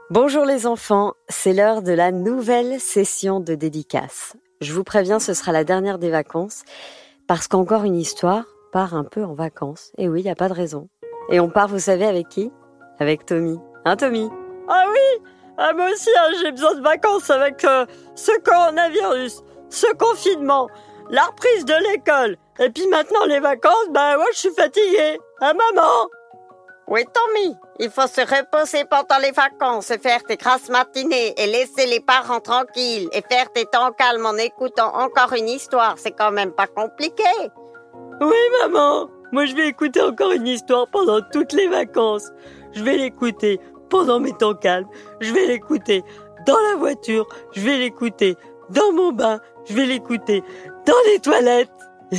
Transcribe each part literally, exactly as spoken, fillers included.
Bonjour les enfants, c'est l'heure de la nouvelle session de dédicace. Je vous préviens, ce sera la dernière des vacances, parce qu'encore une histoire part un peu en vacances. Et oui, il n'y a pas de raison. Et on part, vous savez, avec qui ? Avec Tommy. Hein, Tommy ? Ah oui, ah, moi aussi, hein, j'ai besoin de vacances avec euh, ce coronavirus, ce confinement, la reprise de l'école. Et puis maintenant, les vacances, bah moi, je suis fatiguée. Hein, maman ? Oui, Tommy, il faut se reposer pendant les vacances et faire tes grasses matinées et laisser les parents tranquilles et faire tes temps calmes en écoutant encore une histoire. C'est quand même pas compliqué. Oui, maman. Moi, je vais écouter encore une histoire pendant toutes les vacances. Je vais l'écouter pendant mes temps calmes. Je vais l'écouter dans la voiture. Je vais l'écouter dans mon bain. Je vais l'écouter dans les toilettes.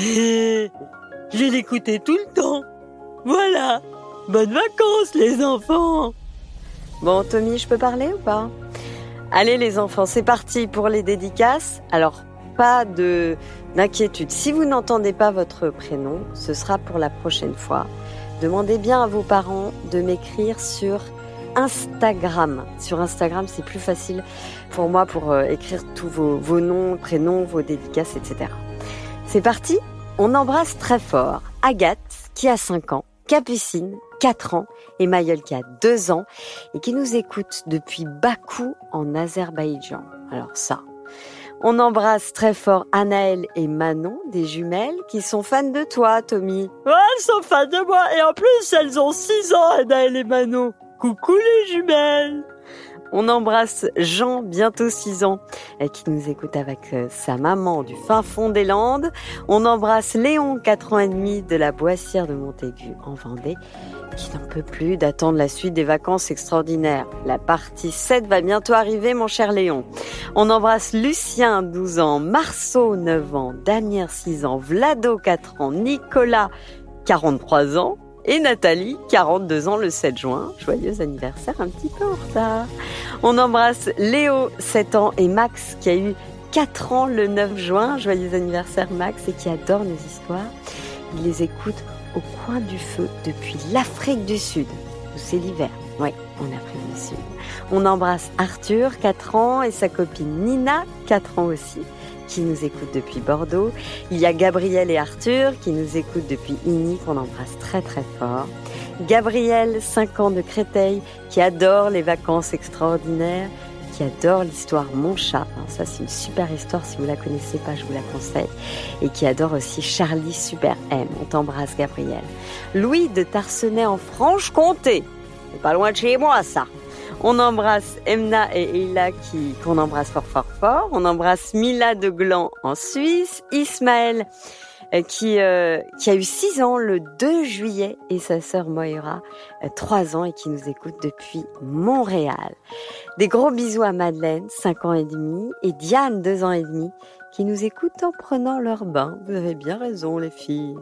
Et je vais l'écouter tout le temps. Voilà. Bonnes vacances, les enfants! Bon, Tommy, je peux parler ou pas ? Allez, les enfants, c'est parti pour les dédicaces. Alors, pas de, d'inquiétude. Si vous n'entendez pas votre prénom, ce sera pour la prochaine fois. Demandez bien à vos parents de m'écrire sur Instagram. Sur Instagram, c'est plus facile pour moi pour euh, écrire tous vos, vos noms, prénoms, vos dédicaces, et cetera. C'est parti. On embrasse très fort Agathe, qui a cinq ans, Capucine, quatre ans, et Mayol qui a deux ans et qui nous écoute depuis Bakou en Azerbaïdjan. Alors ça, on embrasse très fort Anaël et Manon, des jumelles, qui sont fans de toi, Tommy. Ouais, elles sont fans de moi et en plus, elles ont six ans, Anaël et Manon. Coucou les jumelles. On embrasse Jean, bientôt six ans, qui nous écoute avec sa maman du fin fond des Landes. On embrasse Léon, quatre ans et demi, de la Boissière de Montaigu, en Vendée, qui n'en peut plus d'attendre la suite des vacances extraordinaires. La partie sept va bientôt arriver, mon cher Léon. On embrasse Lucien, douze ans, Marceau, neuf ans, Damien, six ans, Vlado, quatre ans, Nicolas, quarante-trois ans, et Nathalie, quarante-deux ans, le sept juin. Joyeux anniversaire, un petit peu en retard. On embrasse Léo, sept ans, et Max, qui a eu quatre ans le neuf juin. Joyeux anniversaire, Max, et qui adore nos histoires. Il les écoute au coin du feu depuis l'Afrique du Sud, où c'est l'hiver. Oui, en Afrique du Sud. On embrasse Arthur, quatre ans, et sa copine Nina, quatre ans aussi, qui nous écoutent depuis Bordeaux. Il y a Gabriel et Arthur qui nous écoutent depuis Igny, qu'on embrasse très très fort. Gabriel, cinq ans, de Créteil, qui adore les vacances extraordinaires, qui adore l'histoire Mon Chat. Ça, c'est une super histoire. Si vous la connaissez pas, je vous la conseille. Et qui adore aussi Charlie Super M. On t'embrasse, Gabriel. Louis de Tarsenay en Franche-Comté. C'est pas loin de chez moi, ça. On embrasse Emna et Eila qui, qu'on embrasse fort fort fort. On embrasse Mila de Gland en Suisse. Ismaël euh, qui, euh, qui a eu six ans le deux juillet et sa sœur Moira, euh, trois ans et qui nous écoute depuis Montréal. Des gros bisous à Madeleine, cinq ans et demi, et Diane, deux ans et demi, qui nous écoute en prenant leur bain. Vous avez bien raison, les filles.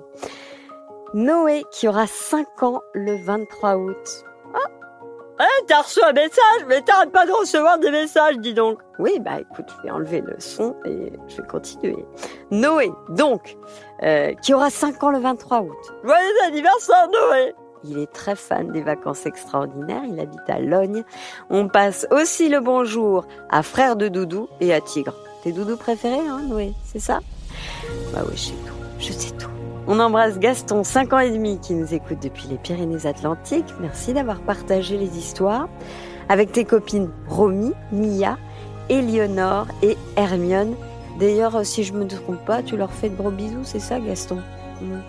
Noé qui aura cinq ans le vingt-trois août. Ah! Eh, t'as reçu un message, mais t'arrêtes pas de recevoir des messages, dis donc. Oui, bah écoute, je vais enlever le son et je vais continuer. Noé, donc, euh, qui aura cinq ans le vingt-trois août. Joyeux anniversaire, Noé. Il est très fan des vacances extraordinaires, il habite à Logne. On passe aussi le bonjour à Frère de Doudou et à Tigre. Tes doudous préférés, hein, Noé, c'est ça ? Bah oui, je sais tout, je sais tout. On embrasse Gaston, cinq ans et demi, qui nous écoute depuis les Pyrénées-Atlantiques. Merci d'avoir partagé les histoires avec tes copines Romy, Mia, Éléonore et Hermione. D'ailleurs, si je me trompe pas, tu leur fais de gros bisous, c'est ça, Gaston ? mmh.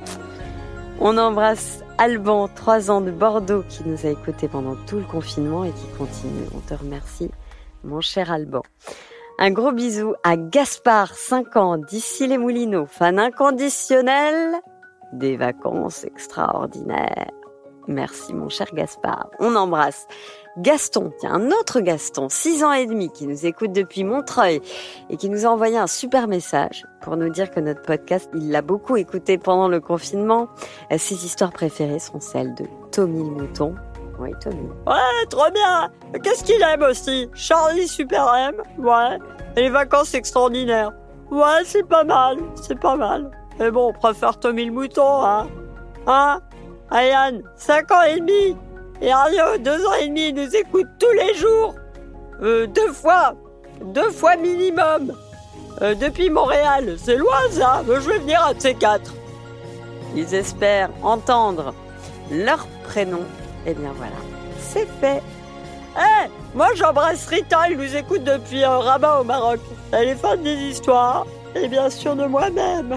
On embrasse Alban, trois ans, de Bordeaux, qui nous a écoutés pendant tout le confinement et qui continue. On te remercie, mon cher Alban. Un gros bisou à Gaspard, cinq ans, d'ici les Moulineaux, fan inconditionnel des vacances extraordinaires. Merci mon cher Gaspard. On embrasse Gaston, tiens, un autre Gaston, six ans et demi, qui nous écoute depuis Montreuil et qui nous a envoyé un super message pour nous dire que notre podcast, il l'a beaucoup écouté pendant le confinement. Ses histoires préférées sont celles de Tommy le Mouton. Oui, Tommy. Ouais, trop bien. Qu'est-ce qu'il aime aussi ? Charlie Super M, ouais. Et les vacances extraordinaires. Ouais, c'est pas mal, c'est pas mal. Mais bon, on préfère Tommy le Mouton, hein. Hein ? Ayane, cinq ans et demi. Et Arnaud, deux ans et demi, il nous écoute tous les jours. Euh, deux fois. Deux fois minimum. Euh, depuis Montréal. C'est loin ça. Mais je vais venir à de ces quatre. Ils espèrent entendre leur prénom. Eh bien voilà, c'est fait. Eh, hey, moi j'embrasse Rita, elle nous écoute depuis un rabat au Maroc. Elle est fan des histoires. Et bien sûr de moi-même.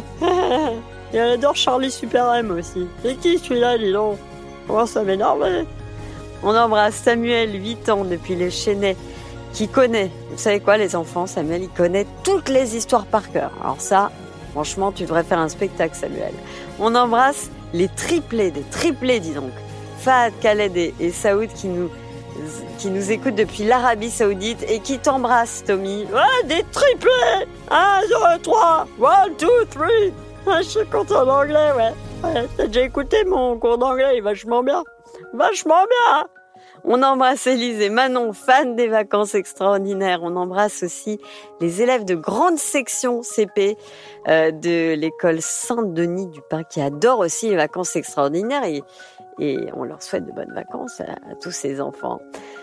Et elle adore Charlie Super M aussi. C'est qui celui-là, dis donc? Comment ça m'énerve? On embrasse Samuel, huit ans, depuis les Chênaies, qui connaît, vous savez quoi les enfants, Samuel, il connaît toutes les histoires par cœur. Alors ça, franchement, tu devrais faire un spectacle, Samuel. On embrasse les triplés, des triplés, dis donc. Fahad, Khaled et, et Saoud qui nous, qui nous écoutent depuis l'Arabie Saoudite et qui t'embrassent, Tommy. Ouais, des triplés. Un, deux, trois. One, two, three. Ah, je suis content d'anglais, ouais. Ouais, t'as déjà écouté mon cours d'anglais, il est vachement bien. Vachement bien. On embrasse Élise et Manon, fans des vacances extraordinaires. On embrasse aussi les élèves de grande section C P euh, de l'école Saint-Denis du Pin qui adorent aussi les vacances extraordinaires et, et on leur souhaite de bonnes vacances à, à tous ces enfants.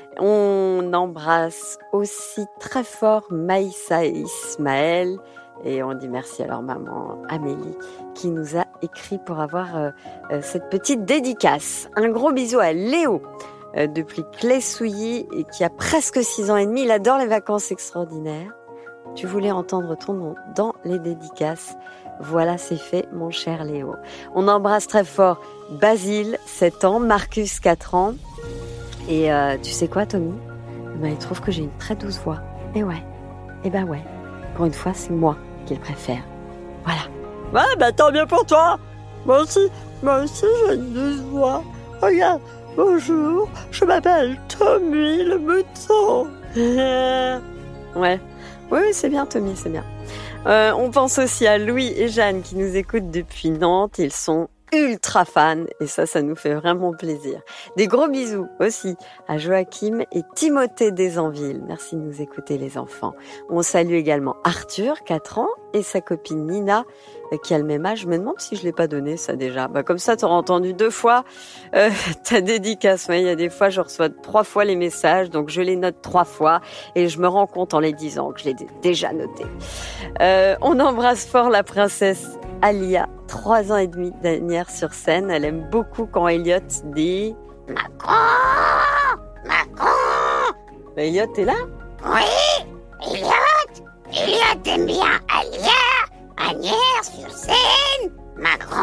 On embrasse aussi très fort Maïssa et Ismaël et on dit merci à leur maman Amélie qui nous a écrit pour avoir euh, euh, cette petite dédicace. Un gros bisou à Léo. Euh, depuis Clé-Souilly et qui a presque six ans et demi. Il adore les vacances extraordinaires. Tu voulais entendre ton nom dans les dédicaces. Voilà, c'est fait, mon cher Léo. On embrasse très fort Basile, sept ans, Marcus, quatre ans. Et euh, tu sais quoi, Tommy? Ben, il trouve que j'ai une très douce voix. Et ouais, et ben ouais. Pour une fois, c'est moi qu'il préfère. Voilà. Ouais, bah tant mieux pour toi. Moi aussi, moi aussi j'ai une douce voix. Regarde. Bonjour, je m'appelle Tommy le mouton. Ouais, oui, c'est bien Tommy, c'est bien. Euh, on pense aussi à Louis et Jeanne qui nous écoutent depuis Nantes. Ils sont ultra fans et ça, ça nous fait vraiment plaisir. Des gros bisous aussi à Joachim et Timothée Desanville. Merci de nous écouter les enfants. On salue également Arthur, quatre ans, et sa copine Nina qui a le même âge. Je me demande si je l'ai pas donné ça déjà. Bah comme ça, tu auras entendu deux fois euh, ta dédicace. Ouais, il y a des fois, je reçois trois fois les messages, donc je les note trois fois et je me rends compte en les disant que je les ai déjà notés. Euh, on embrasse fort la princesse Alia, trois ans et demi d'Asnières-sur-Seine. Elle aime beaucoup quand Elliot dit Macron, Macron. Bah, Elliot, t'es là? Oui, Elliot, Elliot aime bien Alia. Asnières-sur-Seine, Macron.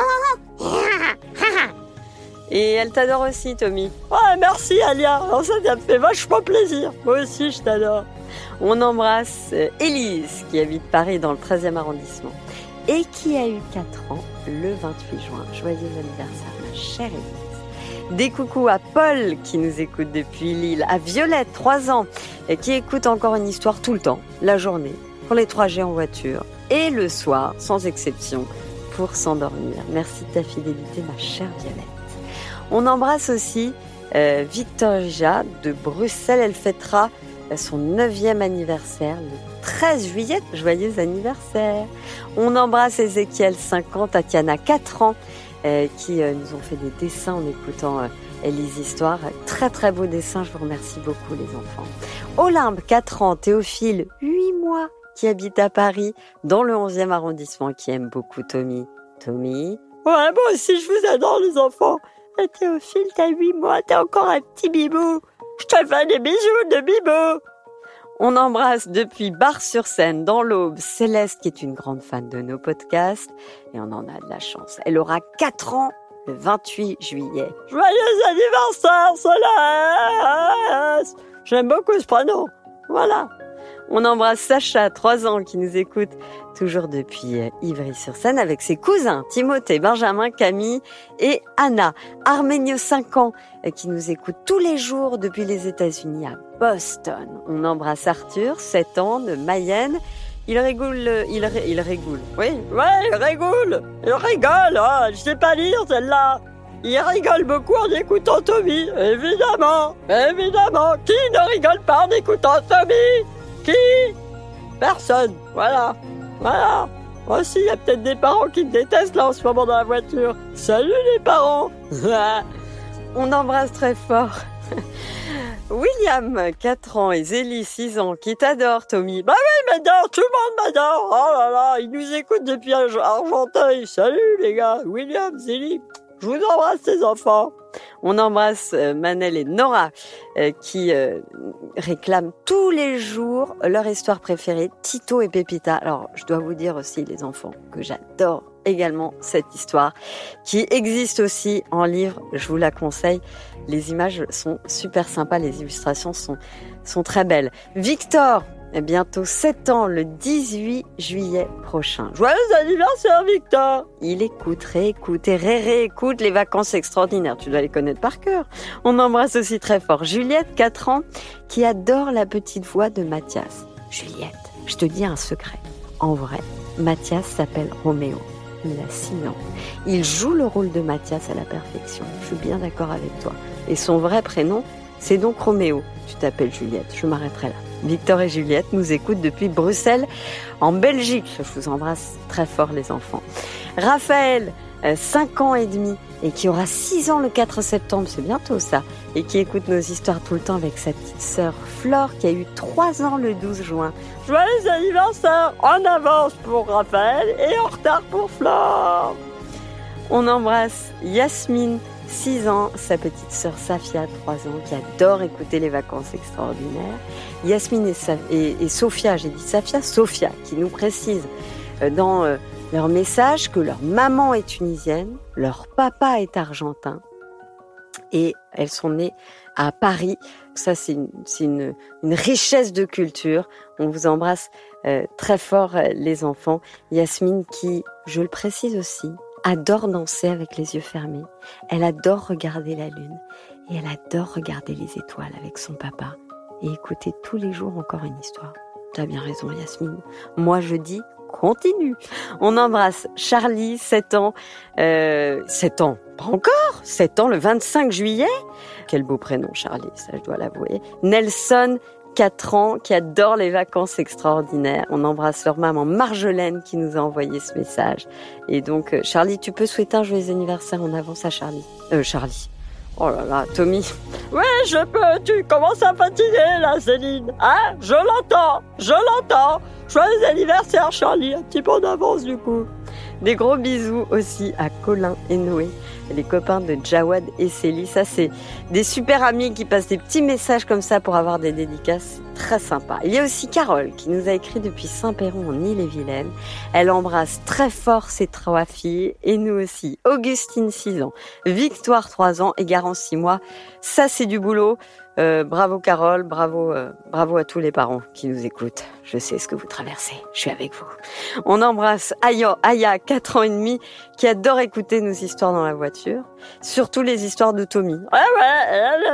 Et elle t'adore aussi, Tommy. Ouais, merci Alia. Alors ça, ça me fait vachement plaisir. Moi aussi, je t'adore. On embrasse Élise, qui habite Paris dans le treizième arrondissement et qui a eu quatre ans le vingt-huit juin. Joyeux anniversaire, ma chère Élise. Des coucous à Paul, qui nous écoute depuis Lille, à Violette, trois ans, et qui écoute encore une histoire tout le temps, la journée, pour les trajets en voiture. Et le soir, sans exception, pour s'endormir. Merci de ta fidélité, ma chère Violette. On embrasse aussi euh, Victoria de Bruxelles. Elle fêtera son neuvième anniversaire le treize juillet. Joyeux anniversaire. On embrasse Ézéchiel, cinq ans, Tatiana, quatre ans, euh, qui euh, nous ont fait des dessins en écoutant euh, les histoires. Très très beaux dessins, je vous remercie beaucoup les enfants. Olympe, quatre ans, Théophile, huit mois, qui habite à Paris, dans le onzième arrondissement, qui aime beaucoup Tommy. Tommy? Ouais, moi aussi, je vous adore, les enfants. Et Théophile, t'as huit mois, t'es encore un petit bibou. Je te fais des bisous de bibou. On embrasse depuis Bar-sur-Seine, dans l'Aube, Céleste, qui est une grande fan de nos podcasts. Et on en a de la chance. Elle aura quatre ans le vingt-huit juillet. Joyeux anniversaire, Céleste! J'aime beaucoup ce prénom. Voilà. On embrasse Sacha, trois ans, qui nous écoute toujours depuis Ivry-sur-Seine avec ses cousins Timothée, Benjamin, Camille et Anna. Arménio, cinq ans, qui nous écoute tous les jours depuis les États-Unis à Boston. On embrasse Arthur, sept ans, de Mayenne. Il rigole, il, ré, il rigole. Oui, ouais, il rigole. Il rigole, hein, je sais pas lire celle-là. Il rigole beaucoup en écoutant Tommy, évidemment, évidemment. Qui ne rigole pas en écoutant Tommy? Qui? Personne, voilà, voilà. Moi aussi, il y a peut-être des parents qui me détestent là en ce moment dans la voiture. Salut les parents. On embrasse très fort William, quatre ans, et Zélie, six ans, qui t'adore, Tommy. Bah oui, il m'adore, tout le monde m'adore. Oh là là, il nous écoute depuis Argenteuil. Salut les gars, William, Zélie, je vous embrasse les enfants. On embrasse euh, Manel et Nora euh, qui euh, réclament tous les jours leur histoire préférée, Tito et Pépita. Alors, je dois vous dire aussi, les enfants, que j'adore également cette histoire qui existe aussi en livre. Je vous la conseille. Les images sont super sympas, les illustrations sont, sont très belles. Victor, bientôt sept ans, le dix-huit juillet prochain. Joyeux anniversaire, Victor! Il écoute, réécoute et ré-réécoute les vacances extraordinaires. Tu dois les connaître par cœur. On embrasse aussi très fort Juliette, quatre ans, qui adore la petite voix de Mathias. Juliette, je te dis un secret. En vrai, Mathias s'appelle Roméo. Il a six ans. Il joue le rôle de Mathias à la perfection. Je suis bien d'accord avec toi. Et son vrai prénom, c'est donc Roméo. Tu t'appelles Juliette. Je m'arrêterai là. Victor et Juliette nous écoutent depuis Bruxelles, en Belgique. Je vous embrasse très fort, les enfants. Raphaël, cinq ans et demi, et qui aura six ans le quatre septembre, c'est bientôt ça, et qui écoute nos histoires tout le temps avec sa petite sœur Flore, qui a eu trois ans le douze juin. Joyeux anniversaire en avance pour Raphaël et en retard pour Flore. On embrasse Yasmine, six ans, sa petite sœur Safia, trois ans, qui adore écouter les vacances extraordinaires. Yasmine et, Sa- et, et Sophia, j'ai dit Safia, Sophia, qui nous précisent dans euh, leur message que leur maman est tunisienne, leur papa est argentin, et elles sont nées à Paris. Ça, c'est une, c'est une, une richesse de culture. On vous embrasse euh, très fort, euh, les enfants. Yasmine qui, je le précise aussi, adore danser avec les yeux fermés. Elle adore regarder la lune et elle adore regarder les étoiles avec son papa et écouter tous les jours encore une histoire. Tu as bien raison, Yasmine. Moi, je dis continue. On embrasse Charlie, sept ans. Euh, sept ans, pas encore. sept ans, le vingt-cinq juillet. Quel beau prénom, Charlie, ça je dois l'avouer. Nelson, quatre ans, qui adore les vacances extraordinaires. On embrasse leur maman Marjolaine qui nous a envoyé ce message. Et donc, Charlie, tu peux souhaiter un joyeux anniversaire en avance à Charlie. Euh, Charlie. Oh là là, Tommy. Oui, je peux, tu commences à fatiguer là, Céline. Hein? Je l'entends, je l'entends. Joyeux anniversaire, Charlie, un petit peu en avance du coup. Des gros bisous aussi à Colin et Noé, les copains de Jawad et Célie. Ça, c'est des super amis qui passent des petits messages comme ça pour avoir des dédicaces. Très sympa. Il y a aussi Carole qui nous a écrit depuis Saint-Péron en Ille-et-Vilaine. Elle embrasse très fort ses trois filles et nous aussi. Augustine, six ans, Victoire, trois ans et Garance, six mois. Ça, c'est du boulot. Euh, bravo Carole, bravo, euh, bravo à tous les parents qui nous écoutent. Je sais ce que vous traversez, je suis avec vous. On embrasse Aya, Aya, quatre ans et demi, qui adore écouter nos histoires dans la voiture, surtout les histoires de Tommy. Ouais, ouais,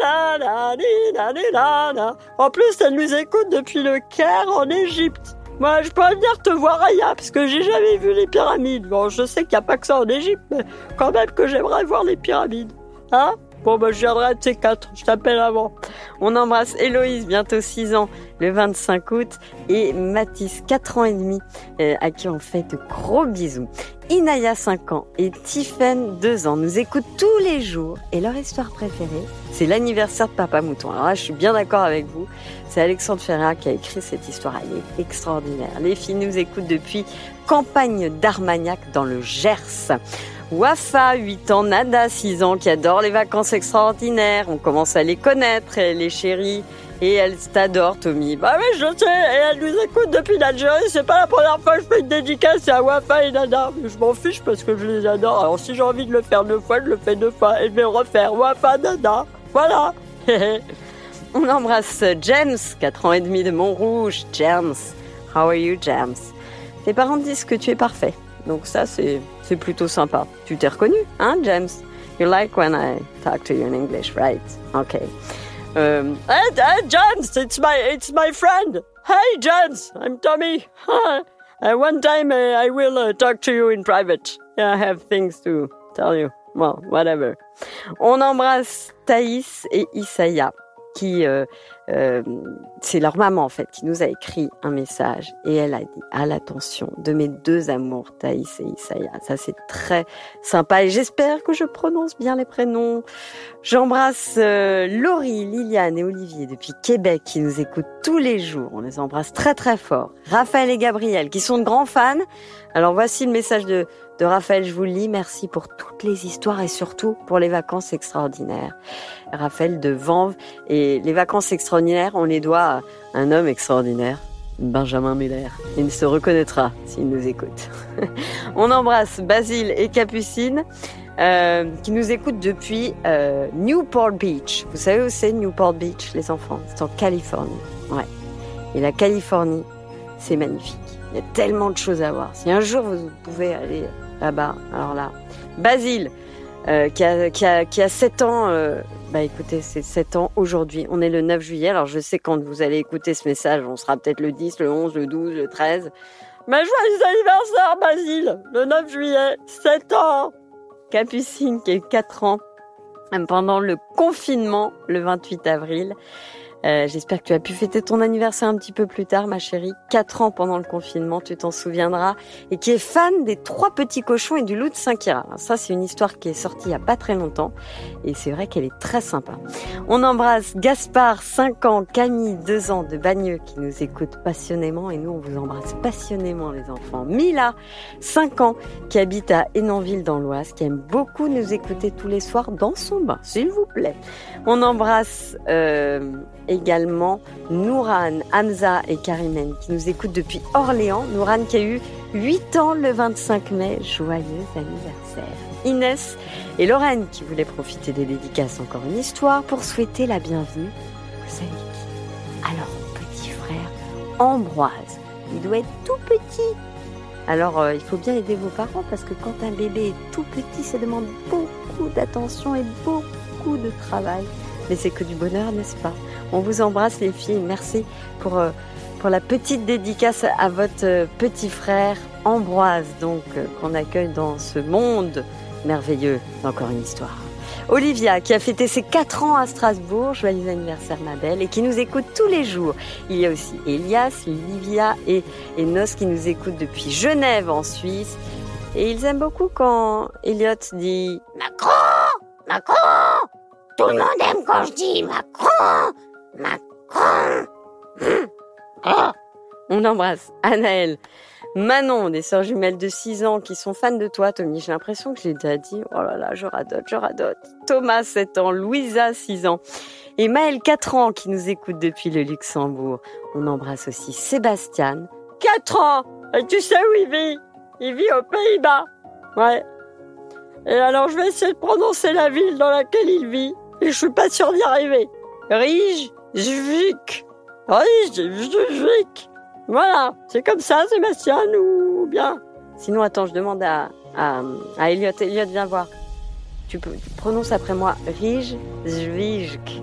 en plus, elle nous écoute depuis le Caire en Égypte. Moi, je pourrais venir te voir, Aya, parce que j'ai jamais vu les pyramides. Bon, je sais qu'il n'y a pas que ça en Égypte, mais quand même que j'aimerais voir les pyramides. Hein? Bon, bah, je viendrai de ces quatre. Je t'appelle avant. On embrasse Héloïse, bientôt six ans, le vingt-cinq août, et Mathis, quatre ans et demi, euh, à qui on fait de gros bisous. Inaya, cinq ans, et Tiffen, deux ans, nous écoutent tous les jours, et leur histoire préférée, c'est l'anniversaire de Papa Mouton. Alors là, je suis bien d'accord avec vous. C'est Alexandre Ferreira qui a écrit cette histoire. Elle est extraordinaire. Les filles nous écoutent depuis Campagne d'Armagnac, dans le Gers. Wafa, huit ans, Nada, six ans, qui adore les vacances extraordinaires. On commence à les connaître, les chéris. Et elle t'adore, Tommy. Bah oui, je sais, et elle nous écoute depuis l'Algérie. C'est pas la première fois que je fais une dédicace à Wafa et Nada. Je m'en fiche parce que je les adore. Alors si j'ai envie de le faire deux fois, je le fais deux fois. Et je vais le refaire. Wafa, Nada. Voilà. On embrasse James, quatre ans et demi de Montrouge. James, how are you, James? Tes parents disent que tu es parfait. Donc ça, c'est, c'est plutôt sympa. Tu t'es reconnu, hein, James? You like when I talk to you in English, right? Okay. Um, hey, hey, James, it's my, it's my friend. Hey, James, I'm Tommy. uh, one time uh, I will uh, talk to you in private. Yeah, I have things to tell you. Well, whatever. On embrasse Thaïs et Isaya, qui, euh, euh, c'est leur maman en fait, qui nous a écrit un message et elle a dit à l'attention de mes deux amours, Thaïs et Isaya. Ça c'est très sympa et j'espère que je prononce bien les prénoms. J'embrasse euh, Laurie, Liliane et Olivier depuis Québec qui nous écoutent tous les jours. On les embrasse très très fort. Raphaël et Gabriel qui sont de grands fans. Alors voici le message de de Raphaël, je vous le lis. Merci pour toutes les histoires et surtout pour les vacances extraordinaires. Raphaël de Vanves. Et les vacances extraordinaires, on les doit à un homme extraordinaire, Benjamin Muller. Il se reconnaîtra s'il nous écoute. On embrasse Basile et Capucine euh, qui nous écoutent depuis euh, Newport Beach. Vous savez où c'est Newport Beach, les enfants? C'est en Californie. Ouais. Et la Californie, c'est magnifique. Il y a tellement de choses à voir. Si un jour vous pouvez aller là-bas, alors là, Basile, euh, qui a qui a qui a sept ans. Euh, bah écoutez, c'est sept ans aujourd'hui. On est le neuf juillet. Alors je sais quand vous allez écouter ce message, on sera peut-être le dix, le onze, le douze, le treize. Mais joyeux anniversaire, Basile, le neuf juillet, sept ans. Capucine qui a eu quatre ans pendant le confinement, le vingt-huit avril. Euh, j'espère que tu as pu fêter ton anniversaire un petit peu plus tard, ma chérie. Quatre ans pendant le confinement, tu t'en souviendras. Et qui est fan des Trois Petits Cochons et du Loup de Saint-Queyras. Ça, c'est une histoire qui est sortie il y a pas très longtemps. Et c'est vrai qu'elle est très sympa. On embrasse Gaspard, cinq ans, Camille, deux ans, de Bagneux, qui nous écoute passionnément. Et nous, on vous embrasse passionnément, les enfants. Mila, cinq ans, qui habite à Hénanville dans l'Oise, qui aime beaucoup nous écouter tous les soirs dans son bain, s'il vous plaît. On embrasse... Euh, également Nourane, Hamza et Karimène qui nous écoutent depuis Orléans. Nourane qui a eu huit ans le vingt-cinq mai. Joyeux anniversaire. Inès et Lorraine qui voulaient profiter des dédicaces Encore une histoire pour souhaiter la bienvenue. Vous savez qui? Alors, petit frère Ambroise. Il doit être tout petit. Alors, euh, il faut bien aider vos parents parce que quand un bébé est tout petit, ça demande beaucoup d'attention et beaucoup de travail. Mais c'est que du bonheur, n'est-ce pas? On vous embrasse les filles, merci pour, euh, pour la petite dédicace à votre euh, petit frère Ambroise, donc euh, qu'on accueille dans ce monde merveilleux d'Encore une histoire. Olivia qui a fêté ses quatre ans à Strasbourg, joyeux anniversaire ma belle, et qui nous écoute tous les jours. Il y a aussi Elias, Livia et Enos qui nous écoutent depuis Genève en Suisse. Et ils aiment beaucoup quand Elliot dit « Macron, Macron !» Tout le monde aime quand je dis Macron, Macron. Mmh. Oh. On embrasse Anaël, Manon, des sœurs jumelles de six ans qui sont fans de toi, Tommy. J'ai l'impression que je l'ai déjà dit. Oh là là, je radote, je radote. Thomas, sept ans, Louisa, six ans. Et Maël, quatre ans, qui nous écoute depuis le Luxembourg. On embrasse aussi Sébastien. quatre ans. Et tu sais où il vit? Il vit aux Pays-Bas. Ouais. Et alors, je vais essayer de prononcer la ville dans laquelle il vit. Et je suis pas sûr d'y arriver. Rijswijk. Rijswijk. Voilà. C'est comme ça, Sébastien, ou bien? Sinon, attends, je demande à, à, à Elliot. Elliot, viens voir. Tu, peux, tu prononces après moi. Rijswijk.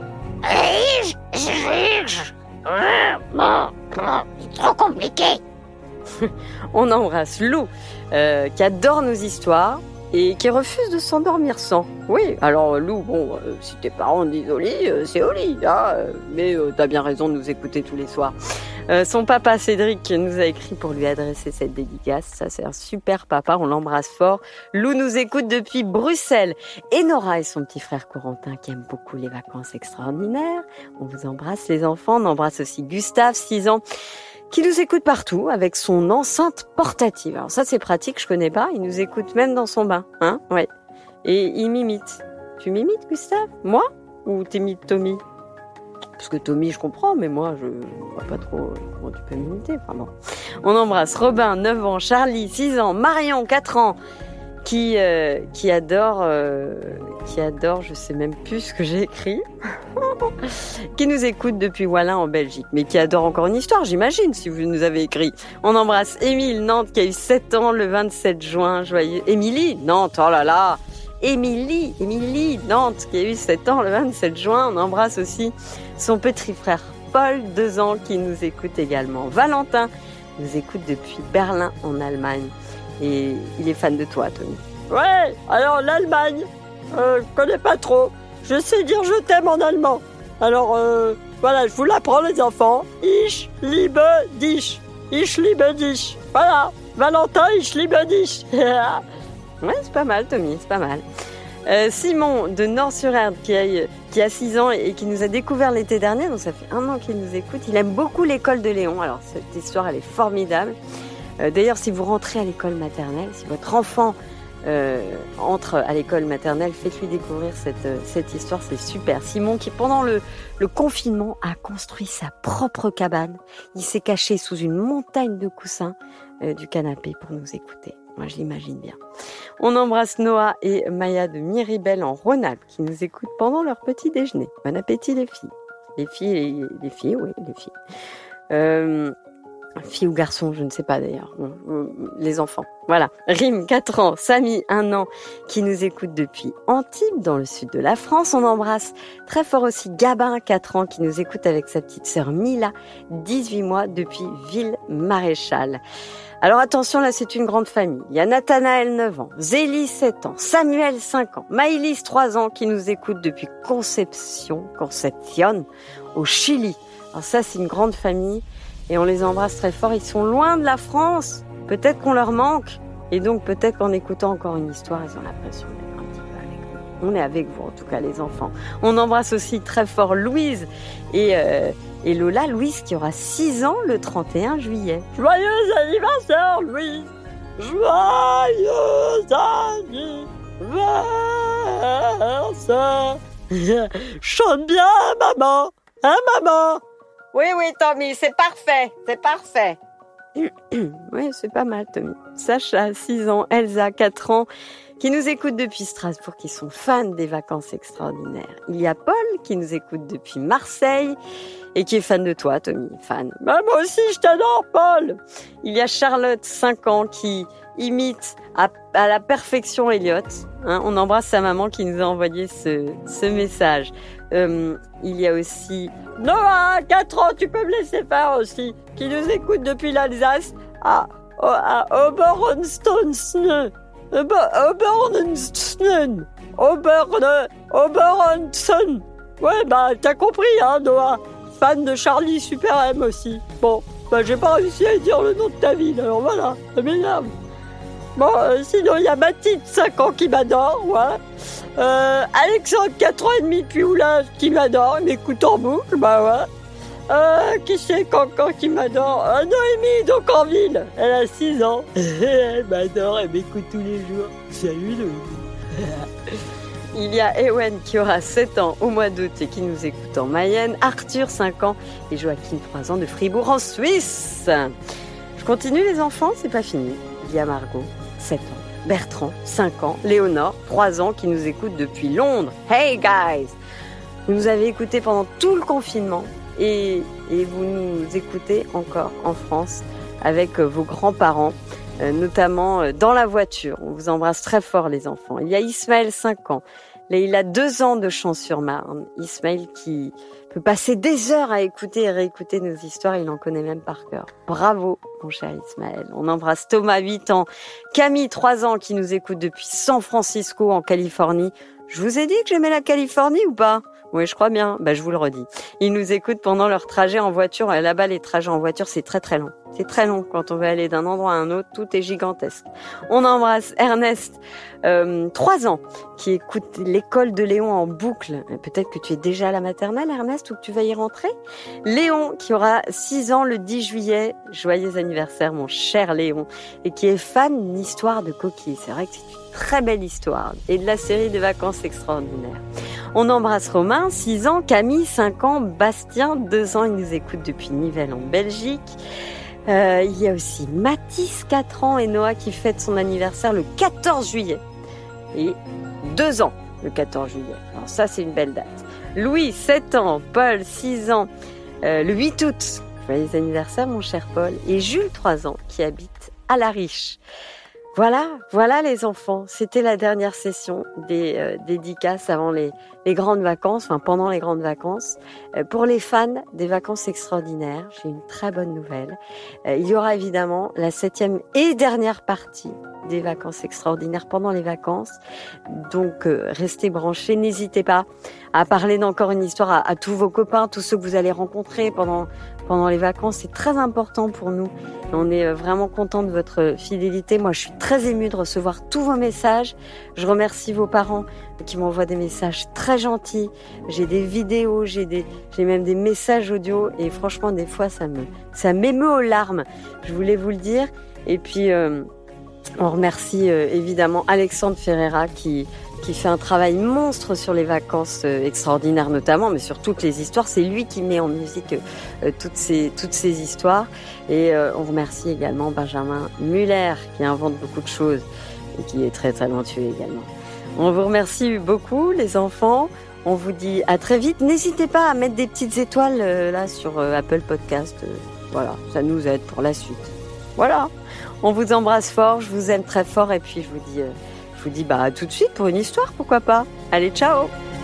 Rijswijk. Bon, bon, c'est trop compliqué. On embrasse Lou, euh, qui adore nos histoires. Et qui refuse de s'endormir sans. Oui, alors Lou, bon, euh, si tes parents disent au lit, euh, c'est au lit, hein, euh, mais euh, t'as bien raison de nous écouter tous les soirs. Euh, son papa Cédric nous a écrit pour lui adresser cette dédicace. Ça, c'est un super papa, on l'embrasse fort. Lou nous écoute depuis Bruxelles. Et Nora et son petit frère Corentin qui aiment beaucoup les vacances extraordinaires. On vous embrasse les enfants. On embrasse aussi Gustave, six ans. Qui nous écoute partout avec son enceinte portative. Alors ça c'est pratique, je connais pas. Il nous écoute même dans son bain, hein, ouais. Et il m'imite. Tu m'imites, Gustave? Moi? Ou t'imites Tommy? Parce que Tommy, je comprends, mais moi, je vois pas trop comment tu peux m'imiter. Enfin bon. On embrasse Robin, neuf ans, Charlie, six ans, Marion, quatre ans, qui euh, qui adore, euh, qui adore, je sais même plus ce que j'ai écrit. Qui nous écoute depuis Wallin en Belgique, mais qui adore Encore une histoire, j'imagine, si vous nous avez écrit. On embrasse Émile, Nantes, qui a eu sept ans le vingt-sept juin, joyeux. Émilie, Nantes, oh là là. Émilie, Émilie, Nantes, qui a eu sept ans le vingt-sept juin. On embrasse aussi son petit frère Paul, deux ans, qui nous écoute également. Valentin nous écoute depuis Berlin en Allemagne. Et il est fan de toi, Tony. Ouais, alors l'Allemagne, euh, je connais pas trop. Je sais dire je t'aime en allemand. Alors, euh, voilà, je vous l'apprends, les enfants. Ich liebe dich. Ich liebe dich. Voilà. Valentin, ich liebe dich. Ouais, c'est pas mal, Tommy, c'est pas mal. Euh, Simon de Nord-sur-Erdre qui a, qui a six ans et qui nous a découvert l'été dernier, donc ça fait un an qu'il nous écoute. Il aime beaucoup l'école de Léon. Alors, cette histoire, elle est formidable. Euh, d'ailleurs, si vous rentrez à l'école maternelle, si votre enfant euh, entre à l'école maternelle, faites-lui découvrir cette, cette histoire, c'est super. Simon qui, pendant le, le confinement, a construit sa propre cabane. Il s'est caché sous une montagne de coussins euh, du canapé pour nous écouter. Moi, je l'imagine bien. On embrasse Noah et Maya de Miribel en Rhône-Alpes qui nous écoutent pendant leur petit déjeuner. Bon appétit les filles. Les filles, les, les filles, oui, les filles. Euh, filles ou garçons, je ne sais pas d'ailleurs. Les enfants. Voilà. Rim, quatre ans. Samy, un an, qui nous écoute depuis Antibes, dans le sud de la France. On embrasse très fort aussi Gabin, quatre ans, qui nous écoute avec sa petite sœur Mila, dix-huit mois, depuis Ville-Maréchal. Alors attention, là c'est une grande famille. Il y a Nathanaël, neuf ans, Zélie, sept ans, Samuel, cinq ans, Maïlis, trois ans, qui nous écoute depuis Concepción, Concepción, au Chili. Alors ça c'est une grande famille et on les embrasse très fort. Ils sont loin de la France. Peut-être qu'on leur manque et donc peut-être qu'en écoutant encore une histoire, ils ont l'impression d'être un petit peu avec nous. On est avec vous en tout cas les enfants. On embrasse aussi très fort Louise et... Euh, Et Lola, Louise, qui aura six ans le trente et un juillet. Joyeux anniversaire, Louise. Joyeux anniversaire. Chante bien, maman. Hein, maman? Oui, oui, Tommy, c'est parfait, c'est parfait. Oui, c'est pas mal, Tommy. Sacha, six ans, Elsa, quatre ans, qui nous écoutent depuis Strasbourg, qui sont fans des vacances extraordinaires. Il y a Paul, qui nous écoute depuis Marseille, et qui est fan de toi, Tommy, fan. Bah, moi aussi, je t'adore, Paul. Il y a Charlotte, cinq ans, qui imite à, à la perfection Elliot. Hein, on embrasse sa maman qui nous a envoyé ce, ce message. Euh, il y a aussi Noah, quatre ans, tu peux me laisser faire aussi, qui nous écoute depuis l'Alsace à, à Oberhonstone. Oberhonstone. Oberne, Oberhonstone. Ouais, bah, t'as compris, hein, Noah. Fan de Charlie Super M aussi. Bon, bah, j'ai pas réussi à dire le nom de ta ville, alors voilà, ça m'énerve. Bon, euh, sinon, il y a Mathilde, cinq ans, qui m'adore, ouais. Euh, Alexandre, quatre ans et demi, depuis Oulin, qui m'adore, il m'écoute en boucle, bah ouais. Euh, qui c'est encore qui m'adore? euh, Noémie d'Aucanville, elle a six ans. Elle m'adore, elle m'écoute tous les jours. Salut Noémie. Il y a Ewen qui aura sept ans au mois d'août et qui nous écoute en Mayenne, Arthur, cinq ans, et Joachim, trois ans, de Fribourg en Suisse. Je continue les enfants, c'est pas fini. Il y a Margot, sept ans, Bertrand, cinq ans, Léonore, trois ans, qui nous écoute depuis Londres. Hey guys! Vous nous avez écoutés pendant tout le confinement et, et vous nous écoutez encore en France avec vos grands-parents. Euh, notamment euh, dans la voiture. On vous embrasse très fort les enfants. Il y a Ismaël, cinq ans. Là, il a deux ans de Champs-sur-Marne. Ismaël qui peut passer des heures à écouter et réécouter nos histoires. Il en connaît même par cœur. Bravo, mon cher Ismaël. On embrasse Thomas, huit ans. Camille, trois ans, qui nous écoute depuis San Francisco, en Californie. Je vous ai dit que j'aimais la Californie ou pas? Oui, je crois bien. Bah, je vous le redis. Ils nous écoutent pendant leur trajet en voiture. Et là-bas, les trajets en voiture, c'est très très long. C'est très long quand on veut aller d'un endroit à un autre. Tout est gigantesque. On embrasse Ernest, euh, trois ans, qui écoute l'école de Léon en boucle. Peut-être que tu es déjà à la maternelle, Ernest, ou que tu vas y rentrer. Léon, qui aura six ans le dix juillet. Joyeux anniversaire, mon cher Léon. Et qui est fan d'histoire de coquilles. C'est vrai que c'est une très belle histoire. Et de la série des vacances extraordinaires. On embrasse Romain, six ans, Camille, cinq ans, Bastien, deux ans, il nous écoute depuis Nivelles en Belgique. Euh, il y a aussi Mathis, quatre ans, et Noah qui fête son anniversaire le quatorze juillet. Et deux ans, le quatorze juillet. Alors ça, c'est une belle date. Louis, sept ans, Paul, six ans, euh, le huit août. Joyeux anniversaire, mon cher Paul. Et Jules, trois ans, qui habite à La Riche. Voilà, voilà les enfants. C'était la dernière session des euh, dédicaces avant les, les grandes vacances, enfin pendant les grandes vacances. Euh, pour les fans des vacances extraordinaires, j'ai une très bonne nouvelle. Euh, il y aura évidemment la septième et dernière partie des vacances extraordinaires pendant les vacances. Donc, euh, restez branchés. N'hésitez pas à parler d'Encore une histoire à, à tous vos copains, tous ceux que vous allez rencontrer pendant, pendant les vacances. C'est très important pour nous. Et on est vraiment content de votre fidélité. Moi, je suis très émue de recevoir tous vos messages. Je remercie vos parents qui m'envoient des messages très gentils. J'ai des vidéos, j'ai des, j'ai même des messages audio. Et franchement, des fois, ça me, ça m'émeut aux larmes. Je voulais vous le dire. Et puis, euh, on remercie euh, évidemment Alexandre Ferreira qui, qui fait un travail monstre sur les vacances euh, extraordinaires notamment, mais sur toutes les histoires. C'est lui qui met en musique euh, toutes ces, toutes ces histoires. Et euh, on remercie également Benjamin Muller qui invente beaucoup de choses et qui est très talentueux également. On vous remercie beaucoup les enfants. On vous dit à très vite. N'hésitez pas à mettre des petites étoiles euh, là sur euh, Apple Podcast. Euh, voilà, ça nous aide pour la suite. Voilà, on vous embrasse fort, je vous aime très fort et puis je vous dis, euh, je vous dis bah à tout de suite pour une histoire, pourquoi pas. Allez, ciao!